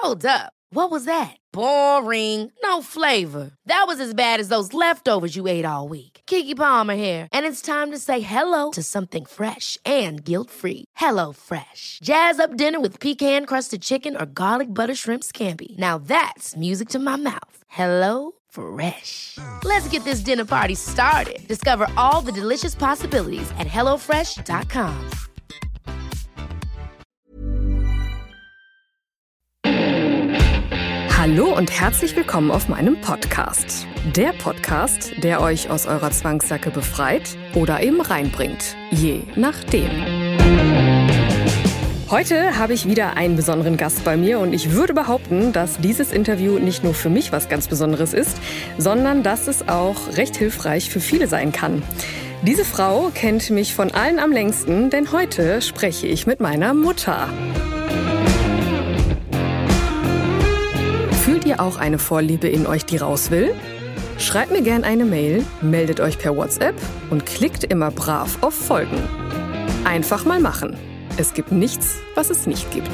Hold up. What was that? Boring. No flavor. That was as bad as those leftovers you ate all week. Keke Palmer here. And it's time to say hello to something fresh and guilt-free. Hello Fresh. Jazz up dinner with pecan-crusted chicken or garlic butter shrimp scampi. Now that's music to my mouth. Hello Fresh. Let's get this dinner party started. Discover all the delicious possibilities at hellofresh.com. Hallo und herzlich willkommen auf meinem Podcast. Der Podcast, der euch aus eurer Zwangssacke befreit oder eben reinbringt. Je nachdem. Heute habe ich wieder einen besonderen Gast bei mir und ich würde behaupten, dass dieses Interview nicht nur für mich was ganz Besonderes ist, sondern dass es auch recht hilfreich für viele sein kann. Diese Frau kennt mich von allen am längsten, denn heute spreche ich mit meiner Mutter. Fühlt ihr auch eine Vorliebe in euch, die raus will? Schreibt mir gern eine Mail, meldet euch per WhatsApp und klickt immer brav auf Folgen. Einfach mal machen. Es gibt nichts, was es nicht gibt.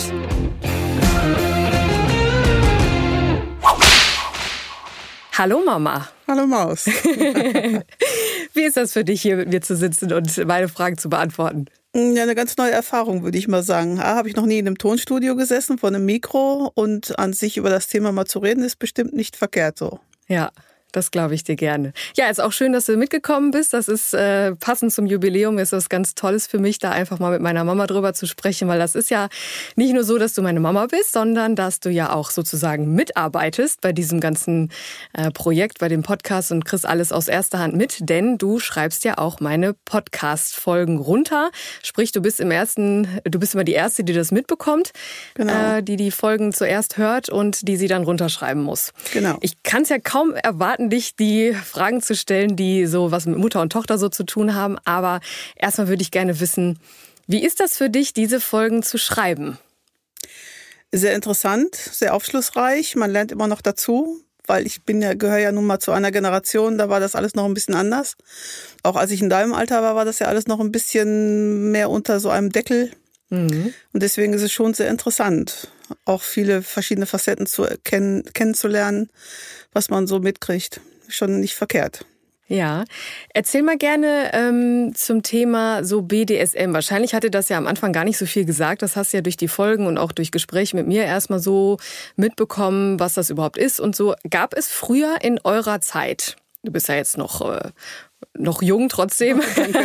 Hallo Mama. Hallo Maus. Wie ist das für dich, hier mit mir zu sitzen und meine Fragen zu beantworten? Ja, eine ganz neue Erfahrung, würde ich mal sagen. Habe ich noch nie in einem Tonstudio gesessen, vor einem Mikro, und an sich über das Thema mal zu reden, ist bestimmt nicht verkehrt so. Ja, das glaube ich dir gerne. Ja, ist auch schön, dass du mitgekommen bist. Das ist passend zum Jubiläum, ist was ganz Tolles für mich, da einfach mal mit meiner Mama drüber zu sprechen, weil das ist ja nicht nur so, dass du meine Mama bist, sondern dass du ja auch sozusagen mitarbeitest bei diesem ganzen Projekt, bei dem Podcast, und kriegst alles aus erster Hand mit, denn du schreibst ja auch meine Podcast-Folgen runter. Sprich, du bist immer die Erste, die das mitbekommt, genau. Die Folgen zuerst hört und die sie dann runterschreiben muss. Genau. Ich kann es ja kaum erwarten, dich die Fragen zu stellen, die so was mit Mutter und Tochter so zu tun haben. Aber erstmal würde ich gerne wissen, wie ist das für dich, diese Folgen zu schreiben? Sehr interessant, sehr aufschlussreich. Man lernt immer noch dazu, weil gehöre ja nun mal zu einer Generation, da war das alles noch ein bisschen anders. Auch als ich in deinem Alter war das ja alles noch ein bisschen mehr unter so einem Deckel. Mhm. Und deswegen ist es schon sehr interessant, auch viele verschiedene Facetten kennenzulernen, was man so mitkriegt. Schon nicht verkehrt. Ja, erzähl mal gerne zum Thema so BDSM. Wahrscheinlich hat dir das ja am Anfang gar nicht so viel gesagt. Das hast du ja durch die Folgen und auch durch Gespräche mit mir erstmal so mitbekommen, was das überhaupt ist und so. Gab es früher in eurer Zeit, du bist ja jetzt noch jung trotzdem,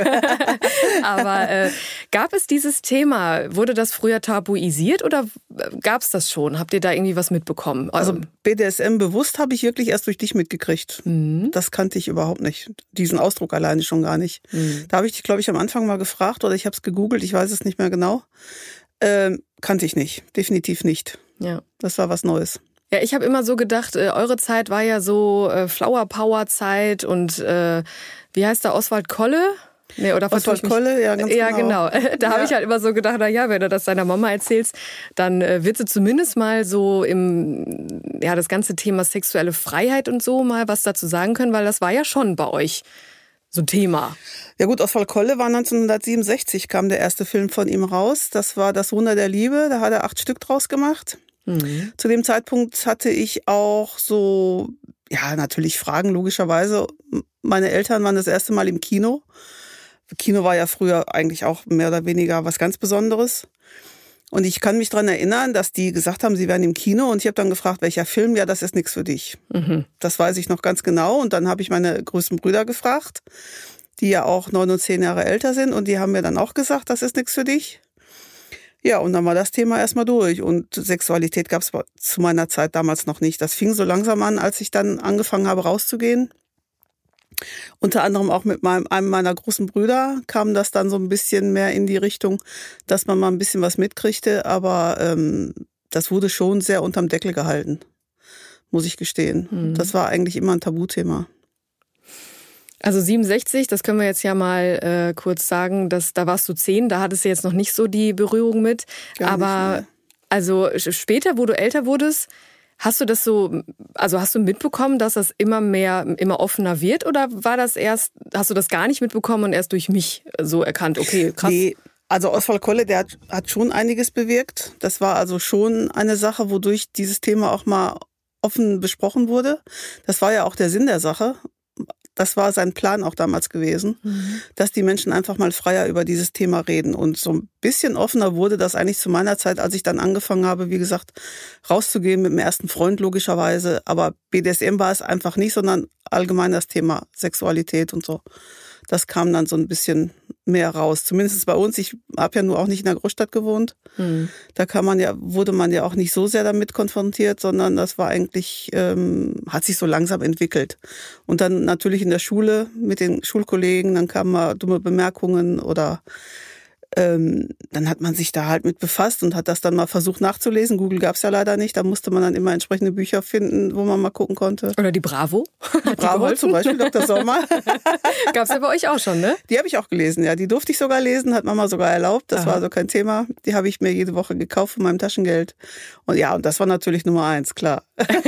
aber gab es dieses Thema, wurde das früher tabuisiert oder gab es das schon? Habt ihr da irgendwie was mitbekommen? Also BDSM bewusst habe ich wirklich erst durch dich mitgekriegt. Mhm. Das kannte ich überhaupt nicht. Diesen Ausdruck alleine schon gar nicht. Mhm. Da habe ich dich, glaube ich, am Anfang mal gefragt oder ich habe es gegoogelt, ich weiß es nicht mehr genau. Kannte ich nicht, definitiv nicht. Ja. Das war was Neues. Ja, ich habe immer so gedacht, eure Zeit war ja so Flower Power Zeit und wie heißt der, Oswald Kolle? Nee, oder Oswald Kolle, ja, ganz genau. Ja, genau. Da habe ich halt immer so gedacht, na ja, wenn du das deiner Mama erzählst, dann wird sie zumindest mal so das ganze Thema sexuelle Freiheit und so mal was dazu sagen können, weil das war ja schon bei euch so ein Thema. Ja gut, Oswald Kolle war 1967, kam der erste Film von ihm raus. Das war Das Wunder der Liebe, da hat er 8 Stück draus gemacht. Mhm. Zu dem Zeitpunkt hatte ich auch so, ja, natürlich Fragen, logischerweise. Meine Eltern waren das erste Mal im Kino. Kino war ja früher eigentlich auch mehr oder weniger was ganz Besonderes. Und ich kann mich daran erinnern, dass die gesagt haben, sie wären im Kino. Und ich habe dann gefragt, welcher Film? Ja, das ist nichts für dich. Mhm. Das weiß ich noch ganz genau. Und dann habe ich meine größten Brüder gefragt, die ja auch 9 und 10 Jahre älter sind. Und die haben mir dann auch gesagt, das ist nichts für dich. Ja, und dann war das Thema erstmal durch. Und Sexualität gab es zu meiner Zeit damals noch nicht. Das fing so langsam an, als ich dann angefangen habe, rauszugehen. Unter anderem auch mit einem meiner großen Brüder kam das dann so ein bisschen mehr in die Richtung, dass man mal ein bisschen was mitkriegte. Aber das wurde schon sehr unterm Deckel gehalten, muss ich gestehen. Mhm. Das war eigentlich immer ein Tabuthema. Also 67, das können wir jetzt ja mal kurz sagen, da warst du 10, da hattest du jetzt noch nicht so die Berührung mit. Gar aber nicht, also später, wo du älter wurdest, hast du mitbekommen, dass das immer offener wird, oder hast du das gar nicht mitbekommen und erst durch mich so erkannt, okay, krass? Nee, Also Oswald Kolle, der hat schon einiges bewirkt. Das war also schon eine Sache, wodurch dieses Thema auch mal offen besprochen wurde. Das war ja auch der Sinn der Sache. Das war sein Plan auch damals gewesen, dass die Menschen einfach mal freier über dieses Thema reden. Und so ein bisschen offener wurde das eigentlich zu meiner Zeit, als ich dann angefangen habe, wie gesagt, rauszugehen mit dem ersten Freund logischerweise. Aber BDSM war es einfach nicht, sondern allgemein das Thema Sexualität und so. Das kam dann so ein bisschen mehr raus. Zumindest bei uns. Ich habe ja nur auch nicht in der Großstadt gewohnt. Da wurde man ja auch nicht so sehr damit konfrontiert, sondern das war eigentlich, hat sich so langsam entwickelt. Und dann natürlich in der Schule mit den Schulkollegen, dann kamen mal dumme Bemerkungen oder dann hat man sich da halt mit befasst und hat das dann mal versucht nachzulesen. Google gab's ja leider nicht. Da musste man dann immer entsprechende Bücher finden, wo man mal gucken konnte. Oder die Bravo. Die Bravo zum Beispiel, Dr. Sommer. Gab's ja bei euch auch schon, ne? Die habe ich auch gelesen, ja. Die durfte ich sogar lesen, hat Mama sogar erlaubt. Das war also kein Thema. Die habe ich mir jede Woche gekauft von meinem Taschengeld. Und ja, und das war natürlich Nummer 1, klar.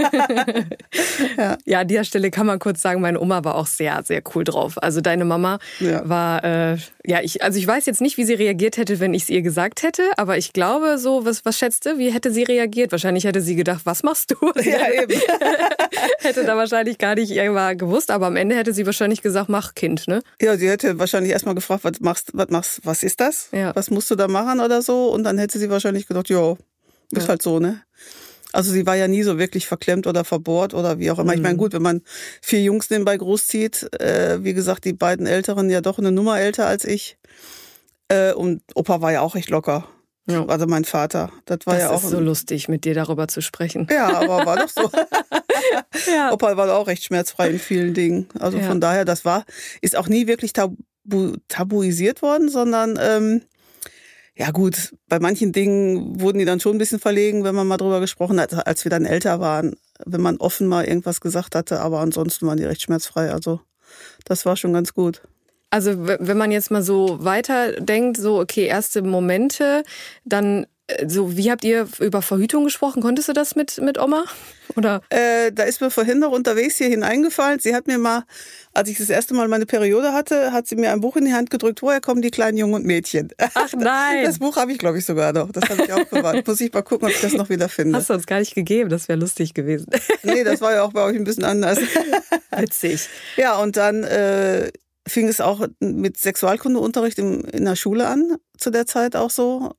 Ja, an dieser Stelle kann man kurz sagen, meine Oma war auch sehr, sehr cool drauf. Also deine Mama war, ich weiß jetzt nicht, wie sie reagiert hätte, wenn ich es ihr gesagt hätte, aber ich glaube so, was schätzt du, wie hätte sie reagiert? Wahrscheinlich hätte sie gedacht, was machst du? Ja, eben. Hätte da wahrscheinlich gar nicht irgendwann gewusst, aber am Ende hätte sie wahrscheinlich gesagt, mach Kind, ne? Ja, sie hätte wahrscheinlich erstmal gefragt, was ist das? Ja. Was musst du da machen oder so? Und dann hätte sie wahrscheinlich gedacht, ist halt so, ne? Also sie war ja nie so wirklich verklemmt oder verbohrt oder wie auch immer. Ich meine, gut, wenn man 4 Jungs nebenbei großzieht, wie gesagt, die beiden Älteren ja doch eine Nummer älter als ich. Und Opa war ja auch recht locker. Ja. Also mein Vater. Das ja auch ist so lustig, mit dir darüber zu sprechen. Ja, aber war doch so. Ja. Opa war auch recht schmerzfrei in vielen Dingen. Also von daher, ist auch nie wirklich tabuisiert worden, sondern ja gut, bei manchen Dingen wurden die dann schon ein bisschen verlegen, wenn man mal drüber gesprochen hat, als wir dann älter waren, wenn man offen mal irgendwas gesagt hatte, aber ansonsten waren die recht schmerzfrei. Also das war schon ganz gut. Also wenn man jetzt mal so weiterdenkt, so okay, erste Momente, dann so, wie habt ihr über Verhütung gesprochen? Konntest du das mit Oma? Oder? Da ist mir vorhin noch unterwegs hierhin eingefallen. Sie hat mir mal, als ich das erste Mal meine Periode hatte, hat sie mir ein Buch in die Hand gedrückt, woher kommen die kleinen Jungen und Mädchen? Ach nein! Das Buch habe ich, glaube ich, sogar noch. Das habe ich auch bewahrt. Muss ich mal gucken, ob ich das noch wieder finde. Hast du uns gar nicht gegeben, das wäre lustig gewesen. Nee, das war ja auch bei euch ein bisschen anders. Witzig. Ja, und dann fing es auch mit Sexualkundeunterricht in der Schule an, zu der Zeit auch so.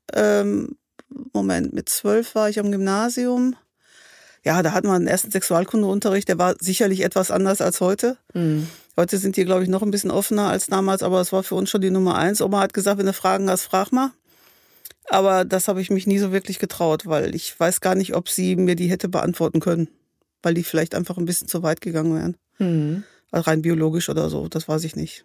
Mit 12 war ich am Gymnasium. Ja, da hatten wir einen ersten Sexualkundeunterricht, der war sicherlich etwas anders als heute. Heute sind die, glaube ich, noch ein bisschen offener als damals, aber es war für uns schon die Nummer 1. Oma hat gesagt, wenn du Fragen hast, frag mal. Aber das habe ich mich nie so wirklich getraut, weil ich weiß gar nicht, ob sie mir die hätte beantworten können, weil die vielleicht einfach ein bisschen zu weit gegangen wären. Also rein biologisch oder so, das weiß ich nicht.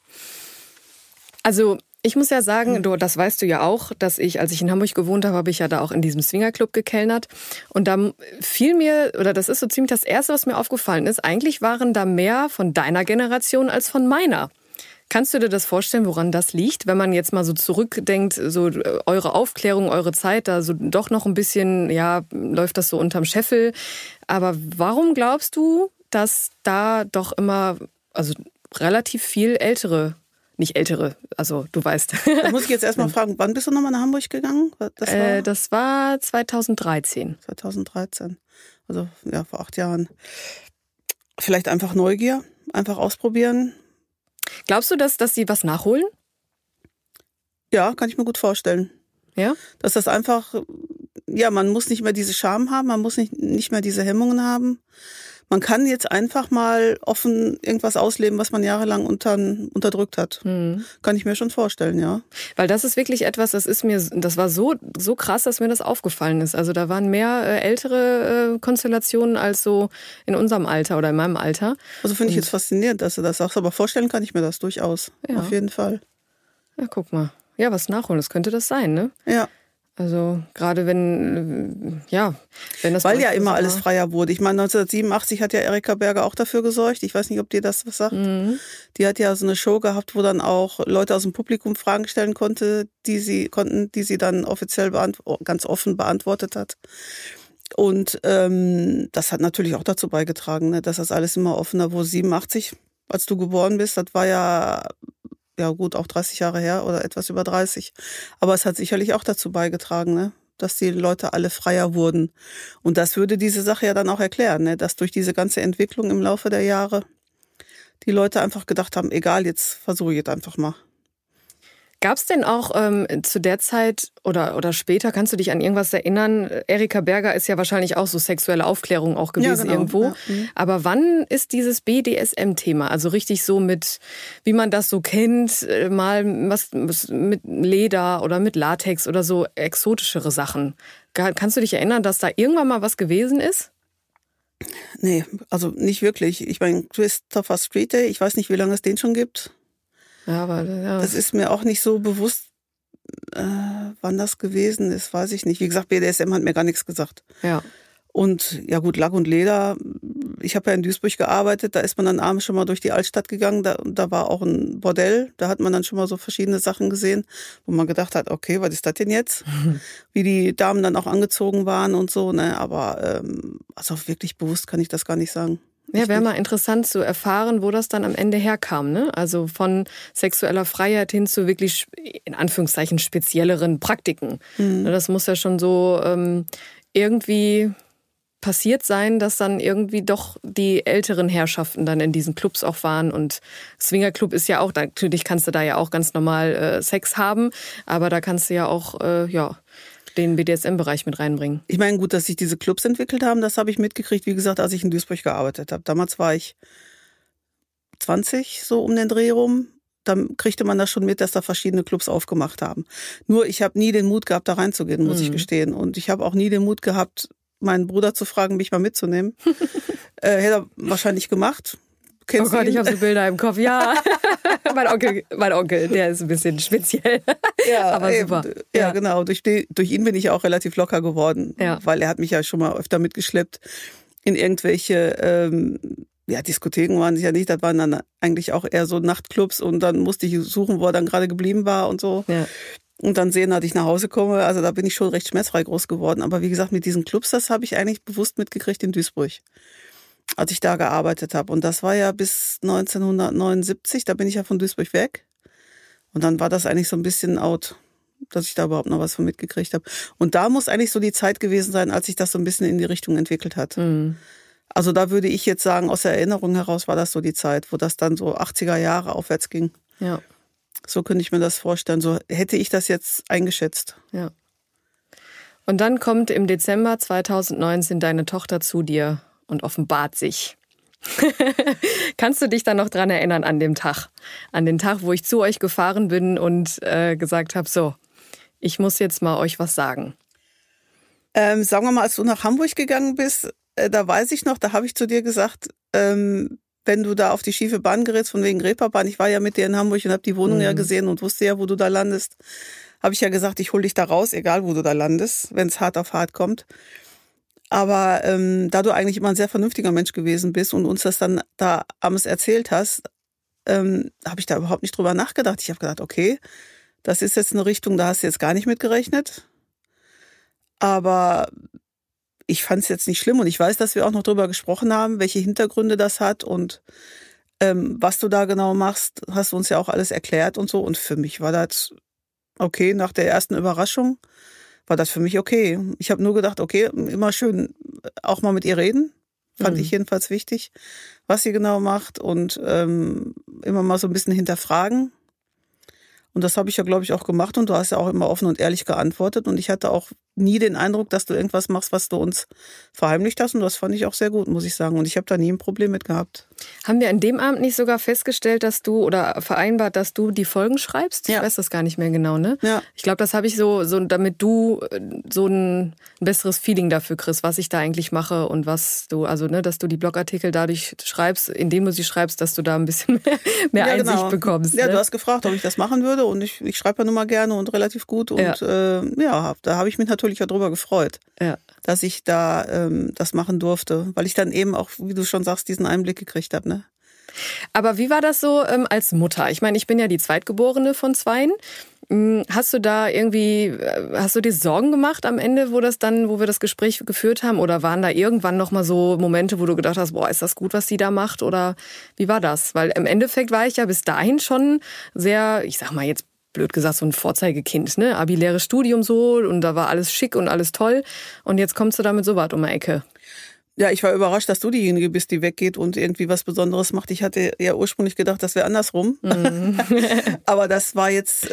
Also ich muss ja sagen, das weißt du ja auch, dass als ich in Hamburg gewohnt habe, habe ich ja da auch in diesem Swingerclub gekellnert. Und da fiel mir, oder das ist so ziemlich das Erste, was mir aufgefallen ist, eigentlich waren da mehr von deiner Generation als von meiner. Kannst du dir das vorstellen, woran das liegt? Wenn man jetzt mal so zurückdenkt, so eure Aufklärung, eure Zeit, da so doch noch ein bisschen, ja, läuft das so unterm Scheffel. Aber warum glaubst du, dass da doch immer, also relativ viel nicht ältere, also du weißt. Da muss ich jetzt erstmal fragen, wann bist du nochmal nach Hamburg gegangen? Das war 2013. 2013, also ja, vor 8 Jahren. Vielleicht einfach Neugier, einfach ausprobieren. Glaubst du, dass sie was nachholen? Ja, kann ich mir gut vorstellen. Ja? Dass das einfach, ja, man muss nicht mehr diese Scham haben, man muss nicht mehr diese Hemmungen haben. Man kann jetzt einfach mal offen irgendwas ausleben, was man jahrelang unterdrückt hat. Kann ich mir schon vorstellen, ja. Weil das ist wirklich etwas, das war so krass, dass mir das aufgefallen ist. Also da waren mehr ältere Konstellationen als so in unserem Alter oder in meinem Alter. Also finde ich jetzt faszinierend, dass du das sagst, aber vorstellen kann ich mir das durchaus. Ja. Auf jeden Fall. Ja, guck mal. Ja, was nachholen, das könnte das sein, ne? Ja. Also gerade wenn das... Weil ja immer alles freier wurde. Ich meine, 1987 hat ja Erika Berger auch dafür gesorgt. Ich weiß nicht, ob dir das was sagt. Die hat ja so eine Show gehabt, wo dann auch Leute aus dem Publikum Fragen stellen konnten, die sie dann offiziell ganz offen beantwortet hat. Und das hat natürlich auch dazu beigetragen, ne, dass das alles immer offener wurde. 87, als du geboren bist, das war ja ja gut, auch 30 Jahre her oder etwas über 30. Aber es hat sicherlich auch dazu beigetragen, ne, dass die Leute alle freier wurden. Und das würde diese Sache ja dann auch erklären, ne, dass durch diese ganze Entwicklung im Laufe der Jahre die Leute einfach gedacht haben, egal, jetzt versuche ich es einfach mal. Gab es denn auch zu der Zeit oder später, kannst du dich an irgendwas erinnern? Erika Berger ist ja wahrscheinlich auch so sexuelle Aufklärung auch gewesen, ja, genau, irgendwo. Ja. Aber wann ist dieses BDSM-Thema, also richtig so mit, wie man das so kennt, mal was mit Leder oder mit Latex oder so exotischere Sachen? Kannst du dich erinnern, dass da irgendwann mal was gewesen ist? Nee, also nicht wirklich. Ich meine, Christopher Street Day, ich weiß nicht, wie lange es den schon gibt. Ja, aber ja. Das ist mir auch nicht so bewusst, wann das gewesen ist, weiß ich nicht. Wie gesagt, BDSM hat mir gar nichts gesagt. Ja. Und ja gut, Lack und Leder. Ich habe ja in Duisburg gearbeitet, da ist man dann abends schon mal durch die Altstadt gegangen. Da war auch ein Bordell, da hat man dann schon mal so verschiedene Sachen gesehen, wo man gedacht hat, okay, was ist das denn jetzt? Wie die Damen dann auch angezogen waren und so. Ne? Aber also wirklich bewusst kann ich das gar nicht sagen. Ja, wäre mal interessant zu erfahren, wo das dann am Ende herkam, ne? Also von sexueller Freiheit hin zu wirklich, in Anführungszeichen, spezielleren Praktiken. Mhm. Das muss ja schon so irgendwie passiert sein, dass dann irgendwie doch die älteren Herrschaften dann in diesen Clubs auch waren. Und Swingerclub ist ja auch, natürlich kannst du da ja auch ganz normal Sex haben, aber da kannst du ja auch, den BDSM-Bereich mit reinbringen. Ich meine, gut, dass sich diese Clubs entwickelt haben, das habe ich mitgekriegt, wie gesagt, als ich in Duisburg gearbeitet habe. Damals war ich 20, so um den Dreh rum. Dann kriegte man das schon mit, dass da verschiedene Clubs aufgemacht haben. Nur ich habe nie den Mut gehabt, da reinzugehen, muss ich gestehen. Und ich habe auch nie den Mut gehabt, meinen Bruder zu fragen, mich mal mitzunehmen. Hätte er wahrscheinlich gemacht. Kennst Gott, ich habe so Bilder im Kopf. Ja, mein Onkel, der ist ein bisschen speziell. Ja, aber super. Ja, genau. Durch ihn bin ich auch relativ locker geworden, weil er hat mich ja schon mal öfter mitgeschleppt in irgendwelche Diskotheken waren es ja nicht. Das waren dann eigentlich auch eher so Nachtclubs und dann musste ich suchen, wo er dann gerade geblieben war und so. Ja. Und dann sehen, dass ich nach Hause komme. Also da bin ich schon recht schmerzfrei groß geworden. Aber wie gesagt, mit diesen Clubs, das habe ich eigentlich bewusst mitgekriegt in Duisburg, als ich da gearbeitet habe. Und das war ja bis 1979, da bin ich ja von Duisburg weg. Und dann war das eigentlich so ein bisschen out, dass ich da überhaupt noch was von mitgekriegt habe. Und da muss eigentlich so die Zeit gewesen sein, als sich das so ein bisschen in die Richtung entwickelt hat. Mhm. Also da würde ich jetzt sagen, aus der Erinnerung heraus war das so die Zeit, wo das dann so 80er Jahre aufwärts ging. Ja. So könnte ich mir das vorstellen. So hätte ich das jetzt eingeschätzt. Ja. Und dann kommt im Dezember 2019 deine Tochter zu dir und offenbart sich. Kannst du dich dann noch dran erinnern an den Tag? An den Tag, wo ich zu euch gefahren bin und gesagt habe, so, ich muss jetzt mal euch was sagen. Sagen wir mal, als du nach Hamburg gegangen bist, da weiß ich noch, da habe ich zu dir gesagt, wenn du da auf die schiefe Bahn gerätst, von wegen Reeperbahn, ich war ja mit dir in Hamburg und habe die Wohnung ja gesehen und wusste ja, wo du da landest, habe ich ja gesagt, ich hole dich da raus, egal wo du da landest, wenn es hart auf hart kommt. Aber da du eigentlich immer ein sehr vernünftiger Mensch gewesen bist und uns das dann da abends erzählt hast, habe ich da überhaupt nicht drüber nachgedacht. Ich habe gedacht, okay, das ist jetzt eine Richtung, da hast du jetzt gar nicht mit gerechnet. Aber ich fand es jetzt nicht schlimm und ich weiß, dass wir auch noch drüber gesprochen haben, welche Hintergründe das hat und was du da genau machst, hast du uns ja auch alles erklärt und so. Und für mich war das okay, nach der ersten Überraschung war das für mich okay. Ich habe nur gedacht, okay, immer schön auch mal mit ihr reden, fand ich jedenfalls wichtig, was sie genau macht und immer mal so ein bisschen hinterfragen. Und das habe ich ja, glaube ich, auch gemacht und du hast ja auch immer offen und ehrlich geantwortet und ich hatte auch nie den Eindruck, dass du irgendwas machst, was du uns verheimlicht hast und das fand ich auch sehr gut, muss ich sagen. Und ich habe da nie ein Problem mit gehabt. Haben wir an dem Abend nicht sogar festgestellt, dass du oder vereinbart, dass du die Folgen schreibst? Ich weiß das gar nicht mehr genau, ne? Ja. Ich glaube, das habe ich so, damit du so ein besseres Feeling dafür kriegst, was ich da eigentlich mache und was du, also ne, dass du die Blogartikel dadurch schreibst, indem du sie schreibst, dass du da ein bisschen mehr Einsicht bekommst. Ja, ne? Du hast gefragt, ob ich das machen würde und ich schreibe ja nun mal gerne und relativ gut und da habe ich mich natürlich auch drüber gefreut, dass ich da das machen durfte, weil ich dann eben auch, wie du schon sagst, diesen Einblick gekriegt habe, ne? Aber wie war das so als Mutter? Ich meine, ich bin ja die Zweitgeborene von zweien. Hast du dir Sorgen gemacht am Ende, wo wir das Gespräch geführt haben? Oder waren da irgendwann nochmal so Momente, wo du gedacht hast, boah, ist das gut, was sie da macht? Oder wie war das? Weil im Endeffekt war ich ja bis dahin schon sehr, ich sag mal jetzt blöd gesagt, so ein Vorzeigekind, ne? Abi-leeres Studium so und da war alles schick und alles toll. Und jetzt kommst du da mit so was um die Ecke. Ja, ich war überrascht, dass du diejenige bist, die weggeht und irgendwie was Besonderes macht. Ich hatte ja ursprünglich gedacht, das wäre andersrum. Aber das war jetzt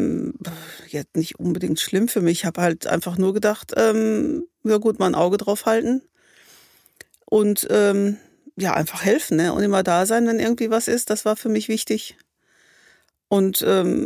nicht unbedingt schlimm für mich. Ich habe halt einfach nur gedacht, ja gut, mal ein Auge drauf halten und einfach helfen, ne? Und immer da sein, wenn irgendwie was ist. Das war für mich wichtig. Und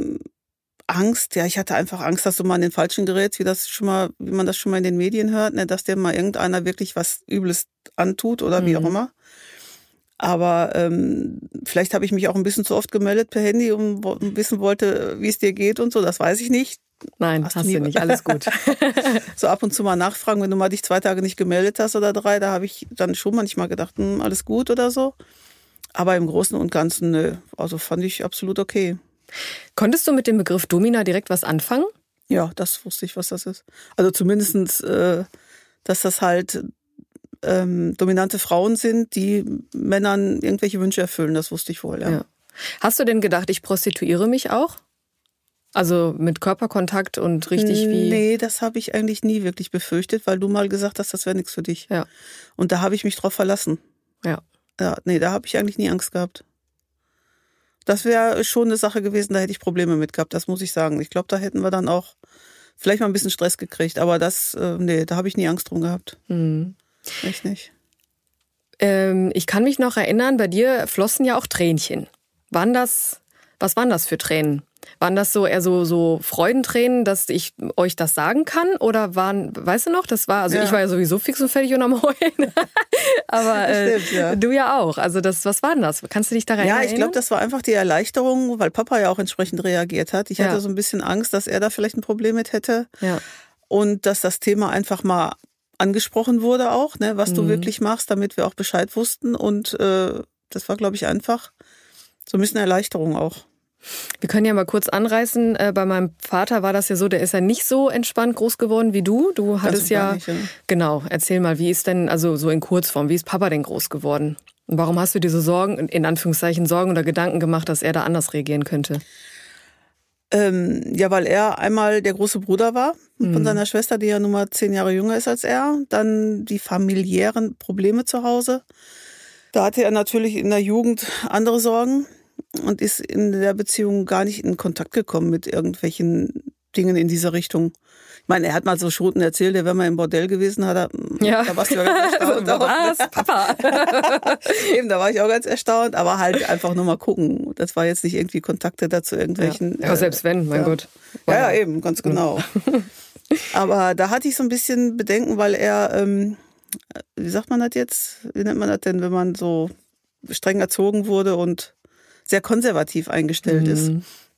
Angst, ja, ich hatte einfach Angst, dass du mal an den Falschen gerätst, wie man das schon mal in den Medien hört, ne, dass dir mal irgendeiner wirklich was Übles antut oder wie auch immer. Aber vielleicht habe ich mich auch ein bisschen zu oft gemeldet per Handy und wissen wollte, wie es dir geht und so, das weiß ich nicht. Nein, hast du nicht, alles gut. So ab und zu mal nachfragen, wenn du mal dich 2 Tage nicht gemeldet hast oder 3, da habe ich dann schon manchmal gedacht, alles gut oder so. Aber im Großen und Ganzen, nö, also fand ich absolut okay. Konntest du mit dem Begriff Domina direkt was anfangen? Ja, das wusste ich, was das ist. Also zumindestens, dass das halt dominante Frauen sind, die Männern irgendwelche Wünsche erfüllen. Das wusste ich wohl, ja. Hast du denn gedacht, ich prostituiere mich auch? Also mit Körperkontakt und richtig wie... Nee, das habe ich eigentlich nie wirklich befürchtet, weil du mal gesagt hast, das wäre nichts für dich. Ja. Und da habe ich mich drauf verlassen. Ja. Ja, nee, da habe ich eigentlich nie Angst gehabt. Das wäre schon eine Sache gewesen, da hätte ich Probleme mit gehabt, das muss ich sagen. Ich glaube, da hätten wir dann auch vielleicht mal ein bisschen Stress gekriegt. Aber da habe ich nie Angst drum gehabt. Echt nicht. Ich kann mich noch erinnern, bei dir flossen ja auch Tränchen. Was waren das für Tränen? Waren das so eher so Freudentränen, dass ich euch das sagen kann? Oder weißt du noch, ich war ja sowieso fix und fertig und am Heulen. Aber stimmt, ja. Du ja auch. Also was war denn das? Kannst du dich daran erinnern? Ja, ich glaube, das war einfach die Erleichterung, weil Papa ja auch entsprechend reagiert hat. Ich hatte so ein bisschen Angst, dass er da vielleicht ein Problem mit hätte. Ja. Und dass das Thema einfach mal angesprochen wurde auch, ne, was du wirklich machst, damit wir auch Bescheid wussten. Und das war, glaube ich, einfach so ein bisschen Erleichterung auch. Wir können ja mal kurz anreißen, bei meinem Vater war das ja so, der ist ja nicht so entspannt groß geworden wie du. Du hattest genau, erzähl mal, wie ist denn, also so in Kurzform, wie ist Papa denn groß geworden? Und warum hast du diese Sorgen, in Anführungszeichen Sorgen oder Gedanken gemacht, dass er da anders reagieren könnte? Ja, weil er einmal der große Bruder war von seiner Schwester, die ja nun mal 10 Jahre jünger ist als er. Dann die familiären Probleme zu Hause. Da hatte er natürlich in der Jugend andere Sorgen. Und ist in der Beziehung gar nicht in Kontakt gekommen mit irgendwelchen Dingen in diese Richtung. Ich meine, er hat mal so Schoten erzählt, er wäre mal im Bordell gewesen, da warst du ja ganz erstaunt. Was? Papa? Eben, da war ich auch ganz erstaunt, aber halt einfach nur mal gucken. Das war jetzt nicht irgendwie Kontakte dazu irgendwelchen. Ja, selbst wenn, mein Gott. Ja, eben, ganz genau. Aber da hatte ich so ein bisschen Bedenken, weil er, wie sagt man das jetzt? Wie nennt man das denn, wenn man so streng erzogen wurde und sehr konservativ eingestellt ist.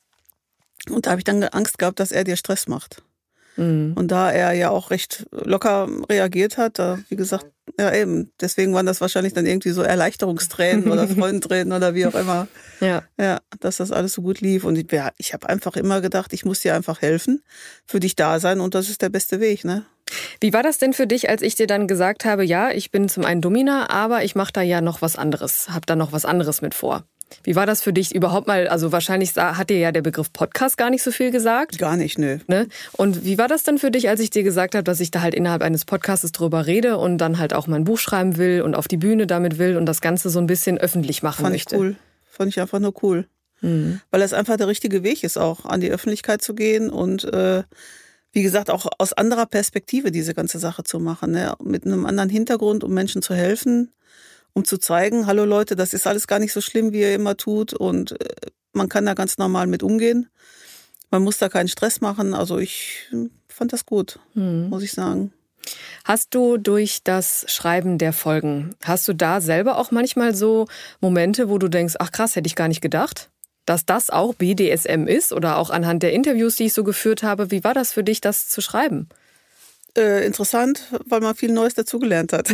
Und da habe ich dann Angst gehabt, dass er dir Stress macht. Und da er ja auch recht locker reagiert hat, wie gesagt, ja eben, deswegen waren das wahrscheinlich dann irgendwie so Erleichterungstränen oder Freudentränen oder wie auch immer. Ja, dass das alles so gut lief. Und ich habe einfach immer gedacht, ich muss dir einfach helfen, für dich da sein und das ist der beste Weg, ne? Wie war das denn für dich, als ich dir dann gesagt habe, ja, ich bin zum einen Domina, aber ich mache da ja noch was anderes, habe da noch was anderes mit vor? Wie war das für dich überhaupt mal, also wahrscheinlich hat dir ja der Begriff Podcast gar nicht so viel gesagt. Gar nicht, nö. Ne? Und wie war das dann für dich, als ich dir gesagt habe, dass ich da halt innerhalb eines Podcasts drüber rede und dann halt auch mein Buch schreiben will und auf die Bühne damit will und das Ganze so ein bisschen öffentlich machen möchte? Fand ich cool. Fand ich einfach nur cool. Weil das einfach der richtige Weg ist, auch an die Öffentlichkeit zu gehen und wie gesagt, auch aus anderer Perspektive diese ganze Sache zu machen, ne? Mit einem anderen Hintergrund, um Menschen zu helfen. Um zu zeigen, hallo Leute, das ist alles gar nicht so schlimm, wie ihr immer tut und man kann da ganz normal mit umgehen. Man muss da keinen Stress machen. Also ich fand das gut, muss ich sagen. Hast du durch das Schreiben der Folgen, hast du da selber auch manchmal so Momente, wo du denkst, ach krass, hätte ich gar nicht gedacht, dass das auch BDSM ist oder auch anhand der Interviews, die ich so geführt habe. Wie war das für dich, das zu schreiben? Interessant, weil man viel Neues dazugelernt hat.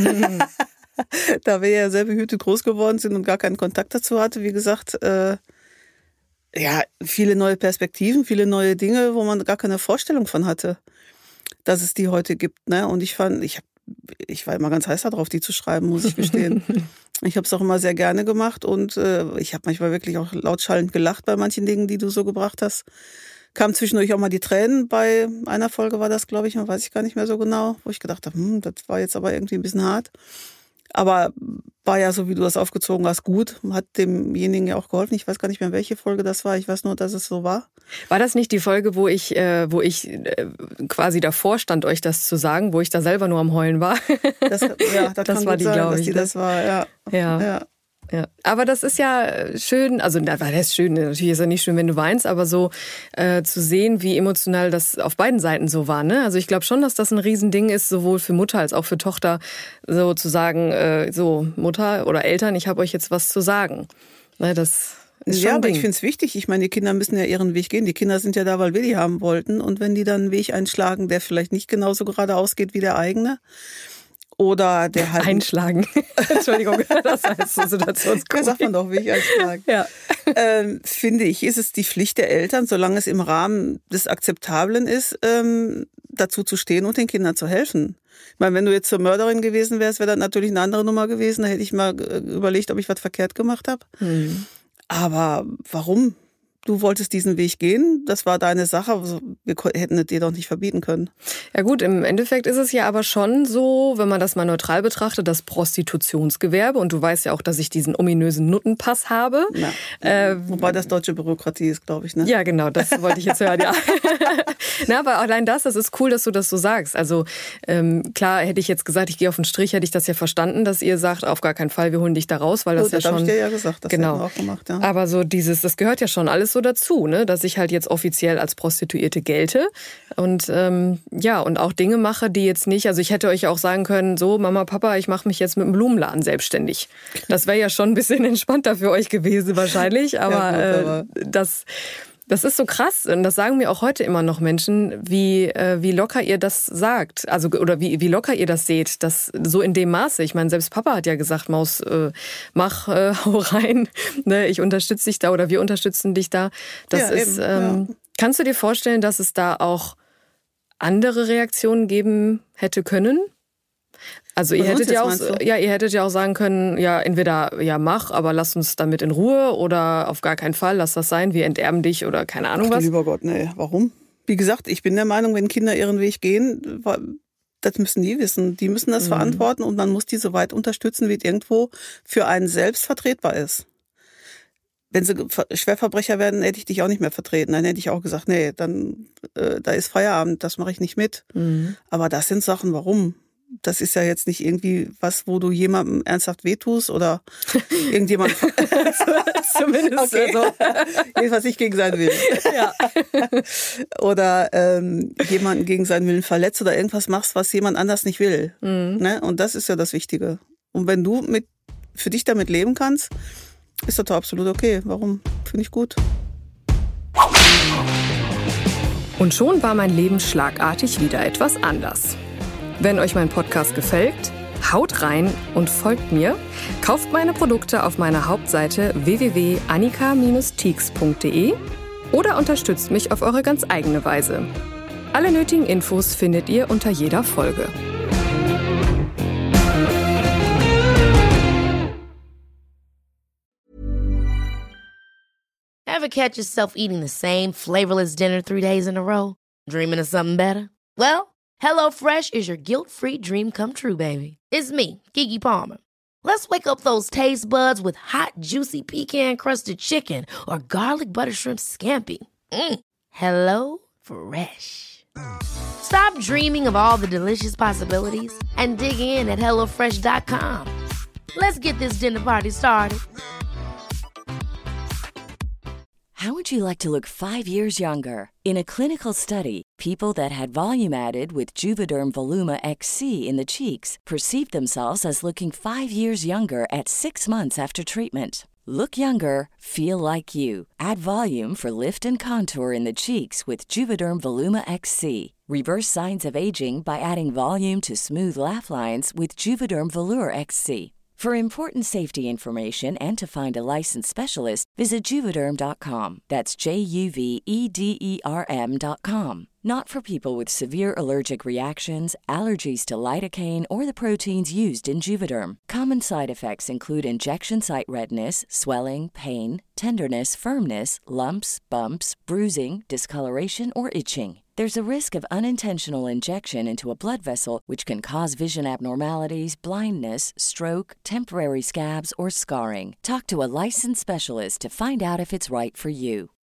Da wir ja sehr behütet groß geworden sind und gar keinen Kontakt dazu hatte, wie gesagt, ja, viele neue Perspektiven, viele neue Dinge, wo man gar keine Vorstellung von hatte, dass es die heute gibt. Ne? Und ich war immer ganz heiß darauf, die zu schreiben, muss ich gestehen. Ich habe es auch immer sehr gerne gemacht und ich habe manchmal wirklich auch lautschallend gelacht bei manchen Dingen, die du so gebracht hast. Kam zwischendurch auch mal die Tränen, bei einer Folge war das, glaube ich, weiß ich gar nicht mehr so genau, wo ich gedacht habe, das war jetzt aber irgendwie ein bisschen hart. Aber war ja so, wie du das aufgezogen hast, gut. Hat demjenigen ja auch geholfen. Ich weiß gar nicht mehr, welche Folge das war. Ich weiß nur, dass es so war. War das nicht die Folge, wo ich quasi davor stand, euch das zu sagen, wo ich da selber nur am Heulen war? Das war die, glaube ich. Das war, ja. Ja, aber das ist ja schön, also das ist schön, natürlich ist ja nicht schön, wenn du weinst, aber so zu sehen, wie emotional das auf beiden Seiten so war. Ne? Also ich glaube schon, dass das ein Riesending ist, sowohl für Mutter als auch für Tochter, so zu sagen, so Mutter oder Eltern, ich habe euch jetzt was zu sagen. Ne, das ist schon aber ich finde es wichtig. Ich meine, die Kinder müssen ja ihren Weg gehen. Die Kinder sind ja da, weil wir die haben wollten. Und wenn die dann einen Weg einschlagen, der vielleicht nicht genauso geradeaus geht wie der eigene, oder der halt... Einschlagen. Entschuldigung, das heißt Situationskomik. Das sagt man doch, Weg einschlagen. Ja. Finde ich, ist es die Pflicht der Eltern, solange es im Rahmen des Akzeptablen ist, dazu zu stehen und den Kindern zu helfen. Ich meine, wenn du jetzt zur Mörderin gewesen wärst, wäre das natürlich eine andere Nummer gewesen. Da hätte ich mal überlegt, ob ich was verkehrt gemacht habe. Aber warum? Du wolltest diesen Weg gehen, das war deine Sache, wir hätten es dir doch nicht verbieten können. Ja gut, im Endeffekt ist es ja aber schon so, wenn man das mal neutral betrachtet, das Prostitutionsgewerbe, und du weißt ja auch, dass ich diesen ominösen Nuttenpass habe. Wobei das deutsche Bürokratie ist, glaube ich, ne? Ja, genau, das wollte ich jetzt hören, ja. Na, aber allein das ist cool, dass du das so sagst. Also klar, hätte ich jetzt gesagt, ich gehe auf den Strich, hätte ich das ja verstanden, dass ihr sagt, auf gar keinen Fall, wir holen dich da raus, weil das ja schon... Das habe ich dir ja gesagt, das genau. hätten wir auch gemacht, ja. Aber so das gehört ja schon alles so dazu, ne, dass ich halt jetzt offiziell als Prostituierte gelte und und auch Dinge mache, die jetzt nicht, also ich hätte euch auch sagen können, so Mama, Papa, ich mache mich jetzt mit einem Blumenladen selbstständig. Das wäre ja schon ein bisschen entspannter für euch gewesen wahrscheinlich, aber das ist so krass und das sagen mir auch heute immer noch Menschen, wie locker ihr das sagt, also oder wie locker ihr das seht, das so in dem Maße. Ich meine, selbst Papa hat ja gesagt, Maus, hau rein, ne, ich unterstütze dich da oder wir unterstützen dich da. Das ist. Kannst du dir vorstellen, dass es da auch andere Reaktionen geben hätte können? Also ihr hättet ja auch sagen können, ja, entweder ja mach, aber lass uns damit in Ruhe oder auf gar keinen Fall, lass das sein, wir enterben dich oder keine Ahnung was. Lieber Gott, nee, warum? Wie gesagt, ich bin der Meinung, wenn Kinder ihren Weg gehen, das müssen die wissen. Die müssen das verantworten und man muss die so weit unterstützen, wie es irgendwo für einen selbst vertretbar ist. Wenn sie Schwerverbrecher werden, hätte ich dich auch nicht mehr vertreten. Dann hätte ich auch gesagt, nee, dann da ist Feierabend, das mache ich nicht mit. Aber das sind Sachen, warum? Das ist ja jetzt nicht irgendwie was, wo du jemandem ernsthaft wehtust oder irgendjemand zumindest so. Was ich gegen seinen Willen. Ja. Oder jemanden gegen seinen Willen verletzt oder irgendwas machst, was jemand anders nicht will. Ne? Und das ist ja das Wichtige. Und wenn du für dich damit leben kannst, ist das doch absolut okay. Warum? Finde ich gut. Und schon war mein Leben schlagartig wieder etwas anders. Wenn euch mein Podcast gefällt, haut rein und folgt mir. Kauft meine Produkte auf meiner Hauptseite www.annika-teaks.de oder unterstützt mich auf eure ganz eigene Weise. Alle nötigen Infos findet ihr unter jeder Folge. Ever catch yourself eating the same flavorless dinner 3 days in a row? Dreaming of something better? Well, HelloFresh is your guilt-free dream come true, baby. It's me, Keke Palmer. Let's wake up those taste buds with hot, juicy pecan-crusted chicken or garlic butter shrimp scampi. Hello Fresh. Stop dreaming of all the delicious possibilities and dig in at HelloFresh.com. Let's get this dinner party started. How would you like to look 5 years younger? In a clinical study, people that had volume added with Juvederm Voluma XC in the cheeks perceived themselves as looking 5 years younger at 6 months after treatment. Look younger, feel like you. Add volume for lift and contour in the cheeks with Juvederm Voluma XC. Reverse signs of aging by adding volume to smooth laugh lines with Juvederm Volure XC. For important safety information and to find a licensed specialist, visit Juvederm.com. That's JUVEDERM.com. Not for people with severe allergic reactions, allergies to lidocaine, or the proteins used in Juvederm. Common side effects include injection site redness, swelling, pain, tenderness, firmness, lumps, bumps, bruising, discoloration, or itching. There's a risk of unintentional injection into a blood vessel, which can cause vision abnormalities, blindness, stroke, temporary scabs, or scarring. Talk to a licensed specialist to find out if it's right for you.